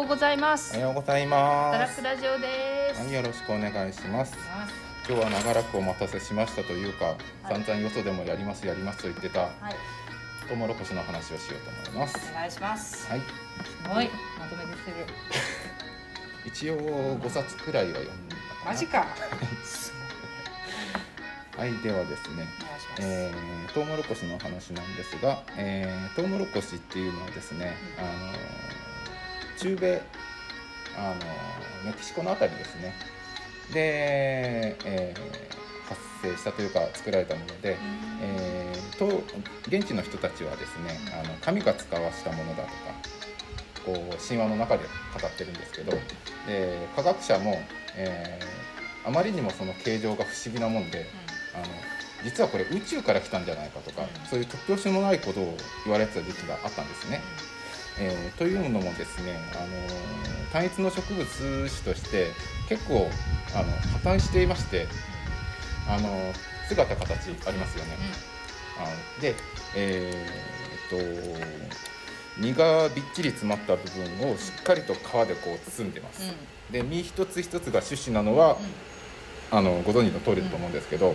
ございます。 おはようございます。 堕落ラジオです。 はい、よろしくお願いします。今日は長らくお待たせしましたというか、散々よそでもやりますと言ってた、トウモロコシの話をしようと思います。 お願いします。 はい。 すごいまとめてする。 一応5冊くらいは読んだかな。 マジか。 はい、ではですね、トウモロコシの話なんですが、トウモロコシっていうのはですね、中米メキシコのあたりですねで、発生したというか作られたもので、現地の人たちはですね神が使わしたものだとかこう神話の中で語ってるんですけど、科学者も、あまりにもその形状が不思議なもんで、実はこれ宇宙から来たんじゃないかとか、そういう突拍子もないことを言われてた時期があったんですね。というのもですね、単一の植物種として結構破綻していまして、姿形ありますよね。で、実がびっちり詰まった部分をしっかりと皮でこう包んでます。で、実一つ一つが種子なのは、ご存知の通りだと思うんですけど、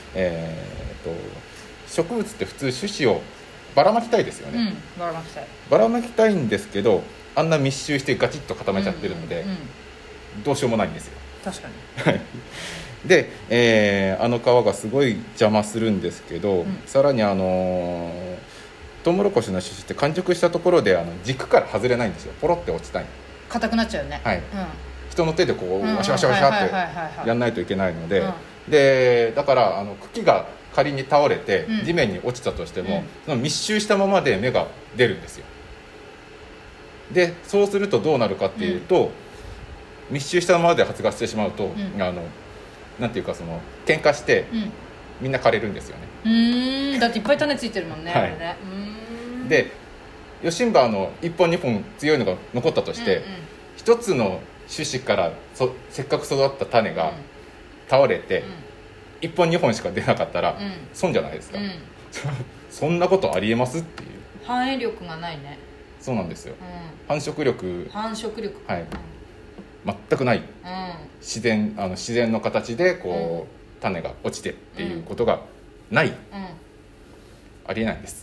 植物って普通種子をばらまきたいですよね。 ばらまきたいんですけど、あんな密集してガチッと固めちゃってるので、どうしようもないんですよ。 確かに。 で、皮がすごい邪魔するんですけど、さらにトウモロコシの種子って完熟したところで軸から外れないんですよ。ポロって落ちたい。 硬くなっちゃうね。 はい。人の手でこうワシャワシャワシャってやんないといけないので、だから茎が仮に倒れて地面に落ちたとしても、その密集したままで芽が出るんですよ。でそうするとどうなるかっていうと、密集したままで発芽してしまうと、なんていうか喧嘩して、みんな枯れるんですよね。 だっていっぱい種ついてるもんね。 はい、でヨシンバ1本2本強いのが残ったとして、一つの種子からせっかく育った種が倒れて、1本2本しか出なかったら、損じゃないですか。そんなことありえますっていう。 繁栄力がないね。 そうなんですよ。繁殖力、はい、全くない。自然の形でこう、種が落ちてっていうことがない。ありえないんです。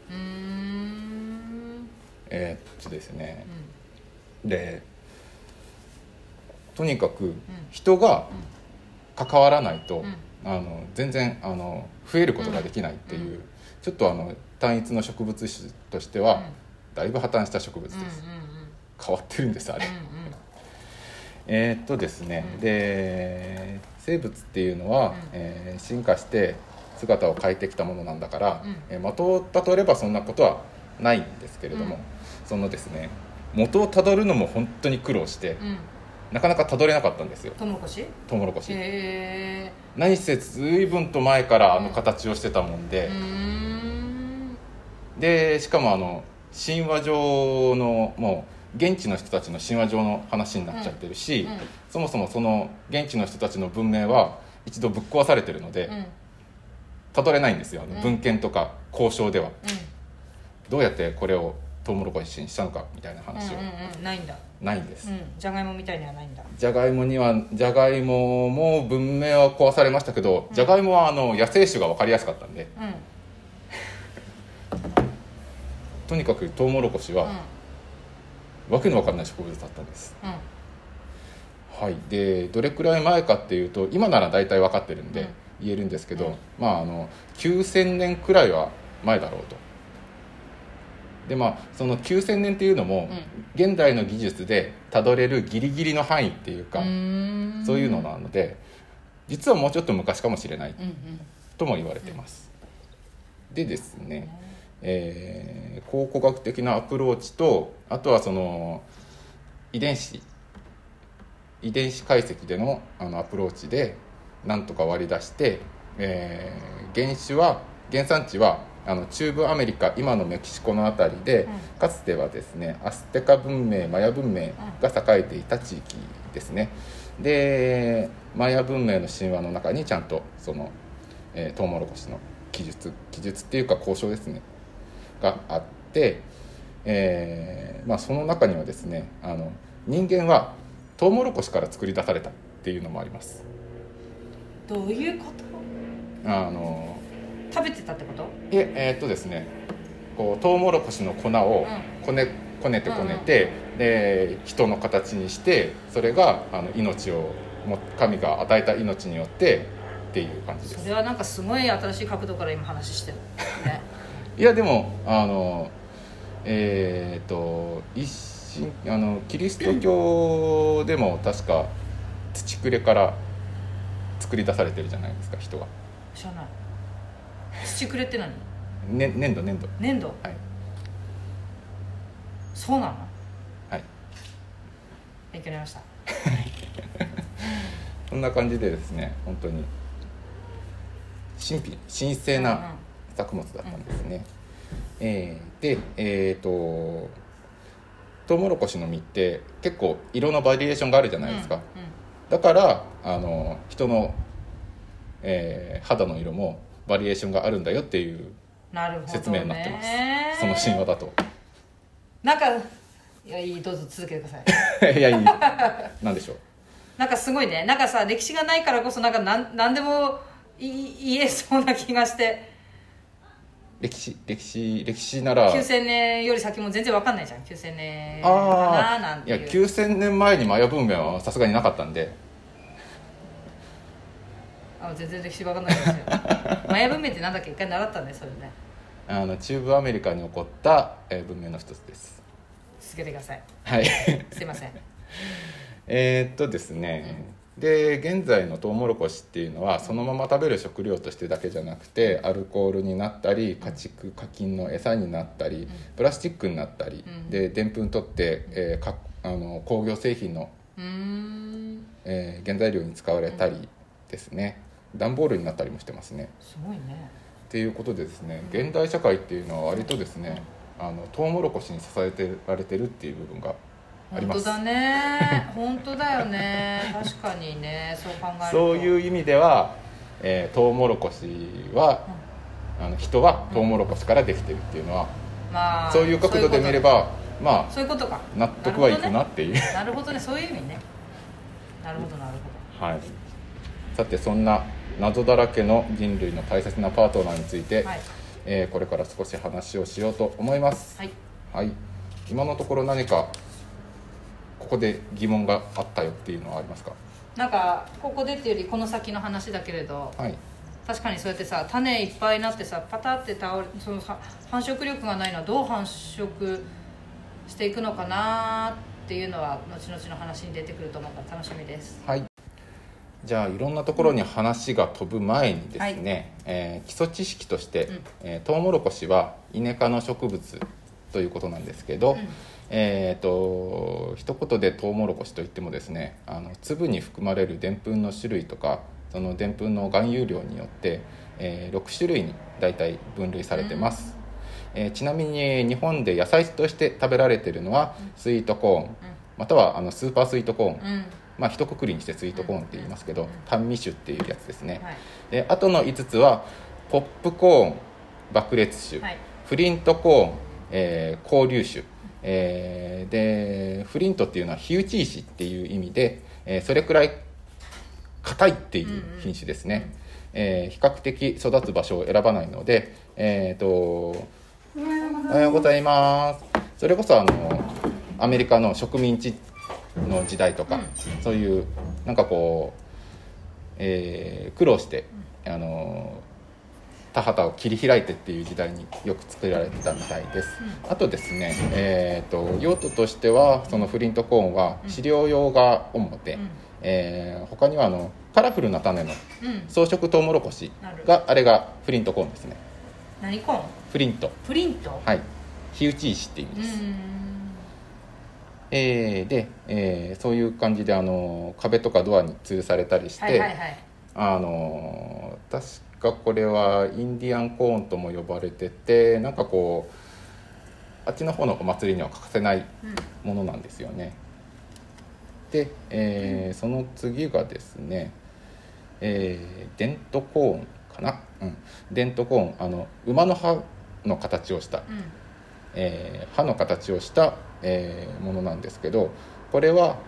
ですね。でとにかく人が関わらないと、全然増えることができないっていう、ちょっと単一の植物種としては、だいぶ破綻した植物です。変わってるんですあれ。ですね、で生物っていうのは、進化して姿を変えてきたものなんだから、元をたどればそんなことはないんですけれども、そのですね元をたどるのも本当に苦労して、なかなかたどれなかったんですよ。 トウモロコシ。 何せ随分と前から形をしてたもんで、でしかも神話上のもう現地の人たちの神話上の話になっちゃってるし、そもそもその現地の人たちの文明は一度ぶっ壊されてるので、たどれないんですよ。文献とか交渉では、どうやってこれをトウモロコシにしたのかみたいな話を、ないんです。 じゃがいもみたいにはないんだ。 じゃがいもも文明は壊されましたけど、じゃがいもは野生種が分かりやすかったんで、とにかくトウモロコシは、わけのわかんない植物だったんです。はい。でどれくらい前かっていうと、今なら大体分かってるんで言えるんですけど、9000年くらいは前だろうと。でその9000年っていうのも、現代の技術でたどれるギリギリの範囲っていうか、そういうのなので、実はもうちょっと昔かもしれない、とも言われてます。でですね、考古学的なアプローチと、あとはその遺伝子解析でのアプローチでなんとか割り出して、原産地は中部アメリカ、今のメキシコのあたりで、かつてはですねアステカ文明、マヤ文明が栄えていた地域ですね。でマヤ文明の神話の中にちゃんとその、トウモロコシの記述っていうか交渉ですねがあって、 その中にはですね人間はトウモロコシから作り出されたっていうのもあります。 どういうこと？食べてたってこと？ ですねこうトウモロコシの粉をこねて、で人の形にして、それが命を神が与えた命によってっていう感じです。 それはなんかすごい新しい角度から今話してる、ね、 いやでもキリスト教でも確か土くれから作り出されてるじゃないですか、人が。 知らない。土くれって何？ 粘土。 粘土、 はい。 そうなの？ はい。 勉強になりました。 そんな感じでですね、本当に神聖な作物だったんですね。でトウモロコシの実って結構色のバリエーションがあるじゃないですか、だから人の、肌の色もバリエーションがあるんだよっていう説明になってます、その神話だと。 なんかどうぞ続けてください。 いやいいなんでしょう、 なんかすごいね。なんかさ、歴史がないからこそなんでも言えそうな気がして。歴史なら 9000年より先も全然わかんないじゃん。9000年かななんていう。 いや9000年前にマヤ文明はさすがになかったんで、 全然歴史わかんないですよ。マヤ文明ってなんだっけ？一回習ったんで、それね。 中部アメリカに起こった、文明の一つです。 続けてください。 はいすいません。 ですね、で現在のトウモロコシっていうのはそのまま食べる食料としてだけじゃなくて、アルコールになったり家禽の餌になったり、プラスチックになったり、ででんぷん取って、工業製品の、原材料に使われたりですね、段ボールになったりもしてますね。 すごいね。 っていうことでですね、現代社会っていうのは割とですね、トウモロコシに支えてられてるっていう部分があります。 本当だね。本当だよね。確かにね、そう考えると。 そういう意味では、トウモロコシは、人はトウモロコシからできてるっていうのは、そういう角度で見ればそういうことか、 納得はいくなっていう。 なるほどね、そういう意味ね。なるほど。 はい。さてそんな謎だらけの人類の大切なパートナーについて、これから少し話をしようと思います。はい。今のところ何かここで疑問があったよっていうのはありますか？ なんかここでっていうよりこの先の話だけれど、確かにそうやってさ、種いっぱいになってさ、パタって倒れ、その繁殖力がないのはどう繁殖していくのかなっていうのは後々の話に出てくると思うから楽しみです。 はい。じゃあいろんなところに話が飛ぶ前にですね、基礎知識として、トウモロコシはイネ科の植物ということなんですけど、一言でトウモロコシといってもですね、粒に含まれるでんぷんの種類とか、そのでんぷんの含有量によって、6種類に大体分類されてます。ちなみに日本で野菜として食べられているのはスイートコーン、またはスーパースイートコーン、一括りにしてスイートコーンって言いますけど、単味種っていうやつですね。であとの5つはポップコーン、爆裂種、フリントコーン、交流種、でフリントっていうのは火打ち石っていう意味で、それくらい硬いっていう品種ですね。比較的育つ場所を選ばないので、おはようございます。それこそアメリカの植民地の時代とか、そういうなんかこう、苦労して田畑を切り開いてっていう時代によく作られてたみたいです。あとですね、用途としてはそのフリントコーンは飼料用が主で、他にはカラフルな種の装飾トウモロコシが、あれがフリントコーンですね。 何コーン？ フリント。 フリント？ はい。火打ち石って意味です。で、そういう感じで壁とかドアに吊るされたりして、確かこれはインディアンコーンとも呼ばれてて、なんかこうあっちの方のお祭りには欠かせないものなんですよね。で、その次がですね、デントコーンかな、デントコーン、馬の歯の形をした、 歯の形をした、ものなんですけど、これは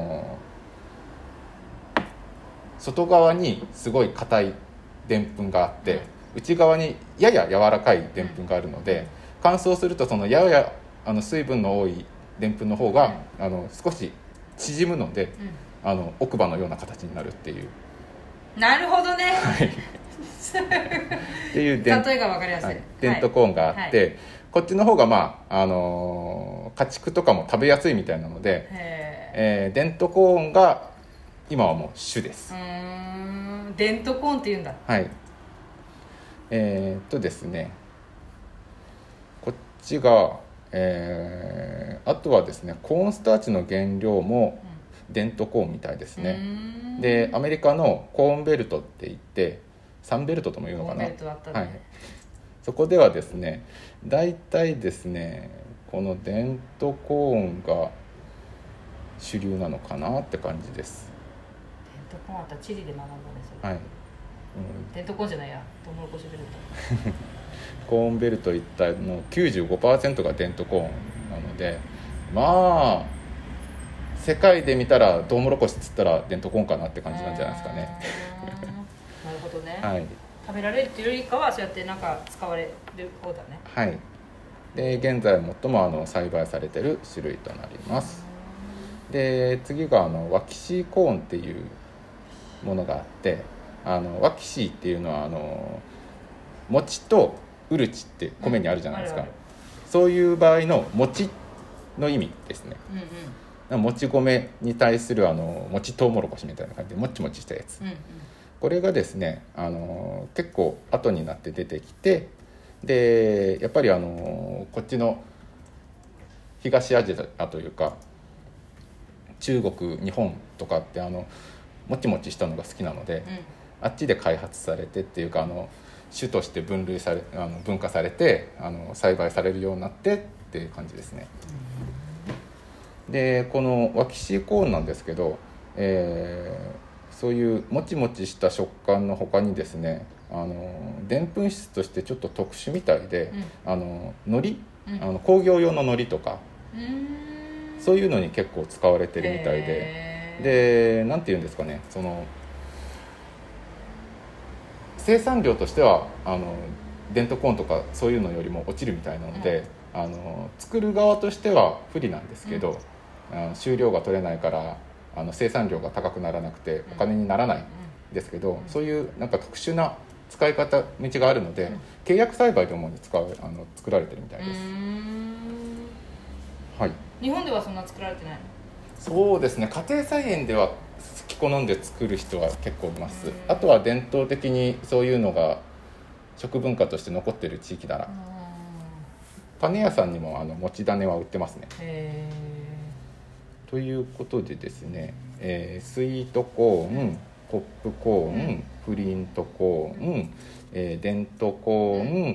外側にすごい硬いでんぷんがあって、内側にやや柔らかいでんぷんがあるので、乾燥するとそのやや水分の多いでんぷんの方が、少し縮むので、奥歯のような形になるっていう。 なるほどね、 はい、っていう例えが分かりやすい、はい、 デントコーンがあって、はい、こっちの方が家畜とかも食べやすいみたいなので、デントコーンが今はもう主です。 デントコーンって言うんだ。 はい。ですね、こっちが、あとはですね、コーンスターチの原料もデントコーンみたいですね。でアメリカのコーンベルトって言って、サンベルトとも言うのかな、 コーンベルトあったね。はい、 そこではですね、大体ですね、このデントコーンが主流なのかなって感じです。 デントコーンあったらチリで学んだんですよ。 はい。 デントコーンじゃないや、トウモロコシベルトコーンベルト一帯の 95% がデントコーンなので、まあ世界で見たらトウモロコシっつったらデントコーンかなって感じなんじゃないですかね。 なるほどね、 はい、 食べられるっていうよりかはそうやってなんか使われる方だね。 はい。で現在最も栽培されている種類となります。で次がワキシーコーンっていうものがあって、ワキシーっていうのは餅とうるちって米にあるじゃないですか、そういう場合の餅の意味ですね、もち米に対するもちとうもろこしみたいな感じでもちもちしたやつ、これがですね結構後になって出てきて、でやっぱりこっちの東アジアというか中国日本とかってもちもちしたのが好きなので、あっちで開発されてっていうか種として分化されて栽培されるようになってっていう感じですね。でこのワキシーコーンなんですけど、そういうもちもちした食感の他にですねでんぷん質としてちょっと特殊みたいで、海苔、工業用の海苔とか、そういうのに結構使われてるみたいで、なんていうんですかね、その生産量としてはデントコーンとかそういうのよりも落ちるみたいなので、作る側としては不利なんですけど、収量が取れないから生産量が高くならなくてお金にならないんですけど、そういうなんか特殊な使い方道があるので、契約栽培で主に作られてるみたいです。はい。 日本ではそんな作られてないの？ そうですね、家庭菜園では好き好んで作る人は結構います。あとは伝統的にそういうのが食文化として残っている地域だな。種屋さんにも餅種は売ってますね。ということでですね、スイートコーン、ポップコーン、フリントコーン、デントコー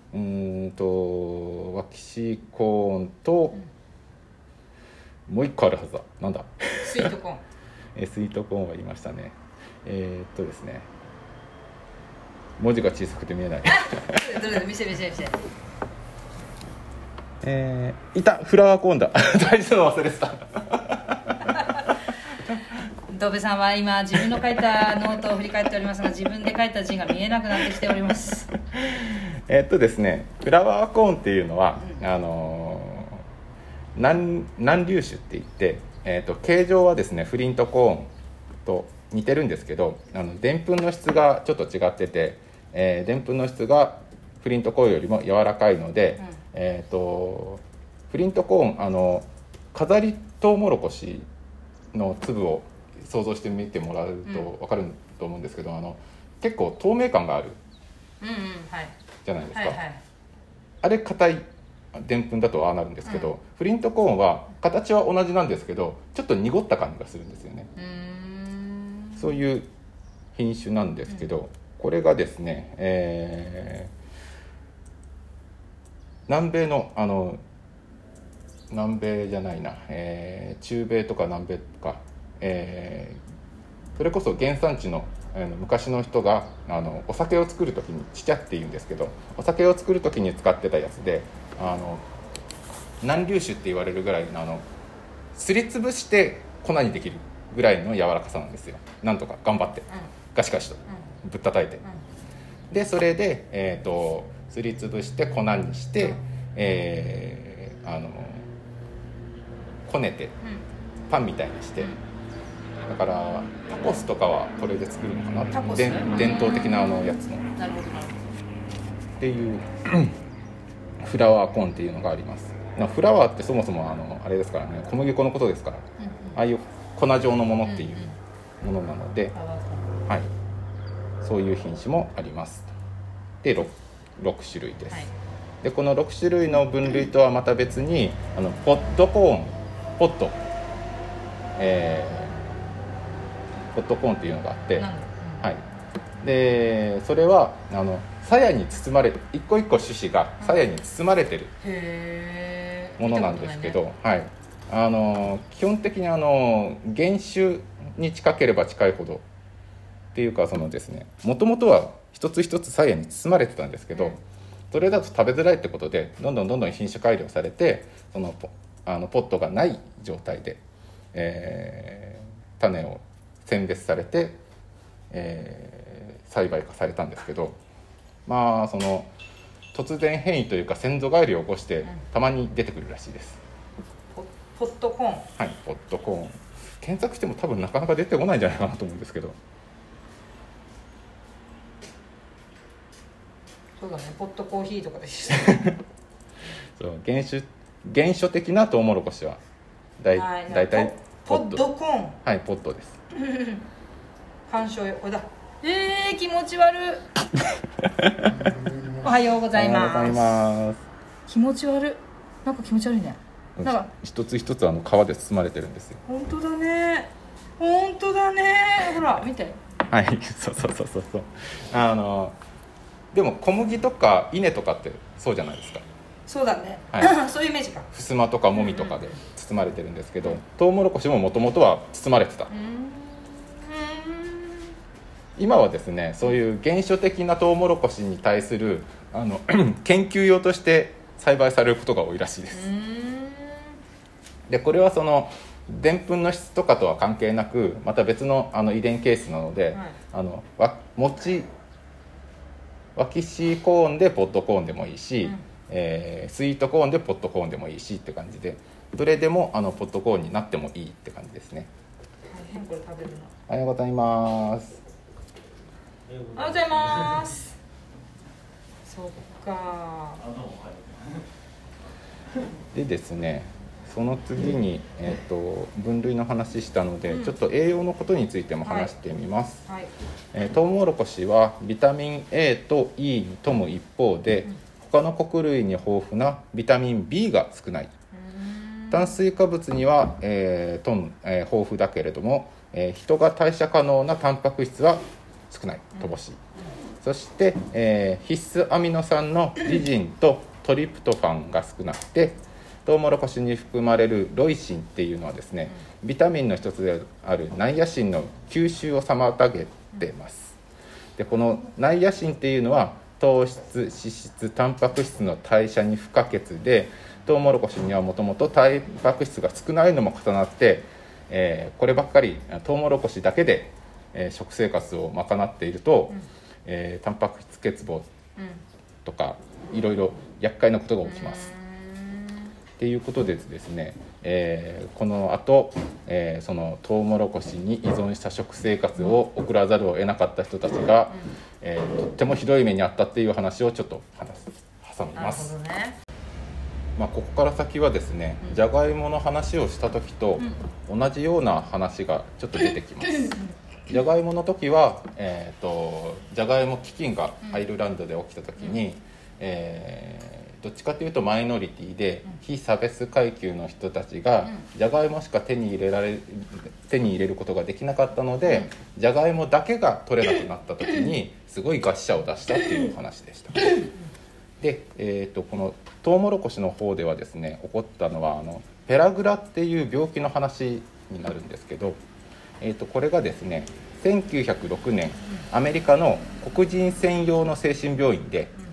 ン、ワキシーコーンと、もう一個あるはずだ。なんだ？ スイートコーン。 スイートコーンは言いましたね。ですね。文字が小さくて見えない。 見せ。 いた、フラワーコーンだ。大事なの忘れてた。 ドベさんは今自分の書いたノートを振り返っておりますが、自分で書いた字が見えなくなってきております。 ですね、フラワーコーンっていうのは、南粒種って言って、形状はですねフリントコーンと似てるんですけど、でんぷんの質がちょっと違ってて、でんぷんの質がフリントコーンよりも柔らかいので、フリントコーン飾りトウモロコシの粒を想像してみてもらうと分かると思うんですけど、結構透明感があるじゃないですか、あれ硬いでんぷんだとああなるんですけど、フリントコーンは形は同じなんですけどちょっと濁った感じがするんですよね。そういう品種なんですけど、これがですね、南米の南米じゃないな、中米とか南米とか、それこそ原産地の昔の人がお酒を作る時にチチャっていうんですけど、お酒を作る時に使ってたやつで、 軟粒子って言われるぐらいのすりつぶして粉にできるぐらいの柔らかさなんですよ。なんとか頑張って、ガシガシとぶったたいて、でそれで、すりつぶして粉にして、こねてパンみたいにして、だからタコスとかはこれで作るのかな。 タコス、 伝統的なやつのなるほどっていうフラワーコーンっていうのがあります。フラワーってそもそもあれですからね、小麦粉のことですから、ああいう粉状のものっていうものなので、はい、そういう品種もあります。で 6種類です、でこの6種類の分類とはまた別にポッドコーンポッドコーンっていうのがあって、はい、でそれは鞘に包まれて一個一個種子が鞘に包まれてるものなんですけど、はい、基本的に原種に近ければ近いほどっていうかですね、もともとは一つ一つ鞘に包まれてたんですけど、それだと食べづらいってことでどんどん品種改良されてポットがない状態で、種を選別されて、栽培化されたんですけど、突然変異というか先祖返りを起こしてたまに出てくるらしいです。 ポッドコーン、 はい、ポッドコーン検索しても多分なかなか出てこないんじゃないかなと思うんですけど、 そうだね、ポッドコーヒーとかでしたそう原種的なトウモロコシはだいたいポッドコーン、 はい、ポッドです鑑賞用これだ。気持ち悪いおはようございます。 おはようございます。 気持ち悪い、なんか気持ち悪いね。なんか一つ一つ皮で包まれてるんですよ。 本当だね、本当だね、ほら見て。 はい、そうでも小麦とか稲とかってそうじゃないですか。 そうだね、はい、そういうイメージか。 ふすまとかもみとかで包まれてるんですけど、トウモロコシももともとは包まれてた。今はですね、そういう原種的なトウモロコシに対する研究用として栽培されることが多いらしいです。でこれはでんぷんの質とかとは関係なくまた別の遺伝形質なので、はい、脇シコーンでポッドコーンでもいいし、スイートコーンでポッドコーンでもいいしって感じで、どれでもポッドコーンになってもいいって感じですね。 これ食べるの。 おはようございます。 おはようございます。そっか。 でですね、その次に、分類の話したので、ちょっと栄養のことについても話してみます。トウモロコシはビタミン A と E に富む一方で、他の穀類に豊富なビタミン B が少ない。炭水化物には、豊富だけれども、人が代謝可能なタンパク質は少ない、乏しい。そして、必須アミノ酸のリジンとトリプトファンが少なくて、トウモロコシに含まれるロイシンっていうのはですね、ビタミンの一つであるナイアシンの吸収を妨げています。でこのナイアシンっていうのは糖質、脂質、タンパク質の代謝に不可欠で、トウモロコシにはもともとタンパク質が少ないのも重なって、こればっかりトウモロコシだけで、食生活を賄っていると、タンパク質欠乏とか、いろいろ厄介なことが起きます。っていうことでですね、この後、そのトウモロコシに依存した食生活を送らざるを得なかった人たちが、とってもひどい目に遭ったっていう話をちょっと挟みます。ここから先はですね、じゃがいもの話をした時と同じような話がちょっと出てきます。じゃがいもの時は、じゃがいも飢饉がアイルランドで起きた時に、どっちかというとマイノリティで非差別階級の人たちがじゃがいもしか手に入れることができなかったので、じゃがいもだけが取れなくなった時にすごい餓死者を出したっていう話でした。で、このトウモロコシの方ではですね、起こったのはペラグラっていう病気の話になるんですけど、これがですね1906年アメリカの黒人専用の精神病院で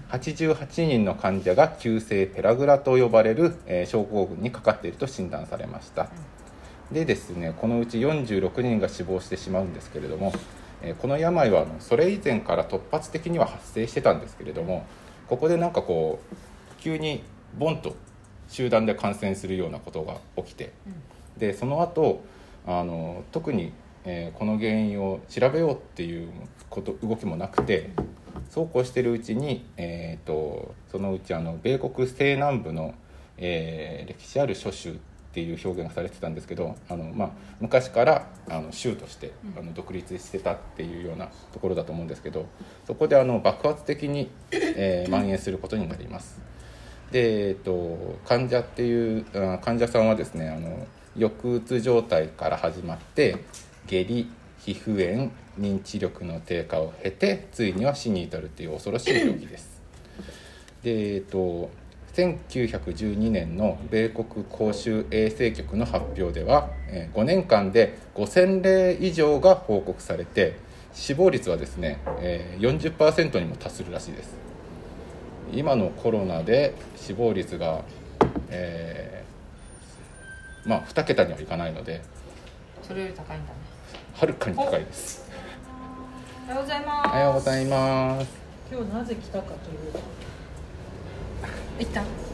88人の患者が急性ペラグラと呼ばれる、症候群にかかっていると診断されました。でですね、このうち46人が死亡してしまうんですけれども、この病はそれ以前から突発的には発生してたんですけれども、ここでなんかこう急にボンと集団で感染するようなことが起きて、でその後特に、この原因を調べようっていう動きもなくて、そうこうしているうちに、そのうち米国西南部の、歴史ある諸州っていう表現がされてたんですけど、昔から州として独立してたっていうようなところだと思うんですけど、そこで爆発的に、蔓延することになります。で、患者さんはですね、抑うつ状態から始まって下痢、皮膚炎、認知力の低下を経て、ついには死に至るという恐ろしい病気です。で、1912年の米国公衆衛生局の発表では、5年間で5000例以上が報告されて、死亡率はですね、40% にも達するらしいです。今のコロナで死亡率が、2桁にはいかないので、 それより高いんだね。 はるかに高いです。 おはようございます。 おはようございます。 今日なぜ来たかというと、 一旦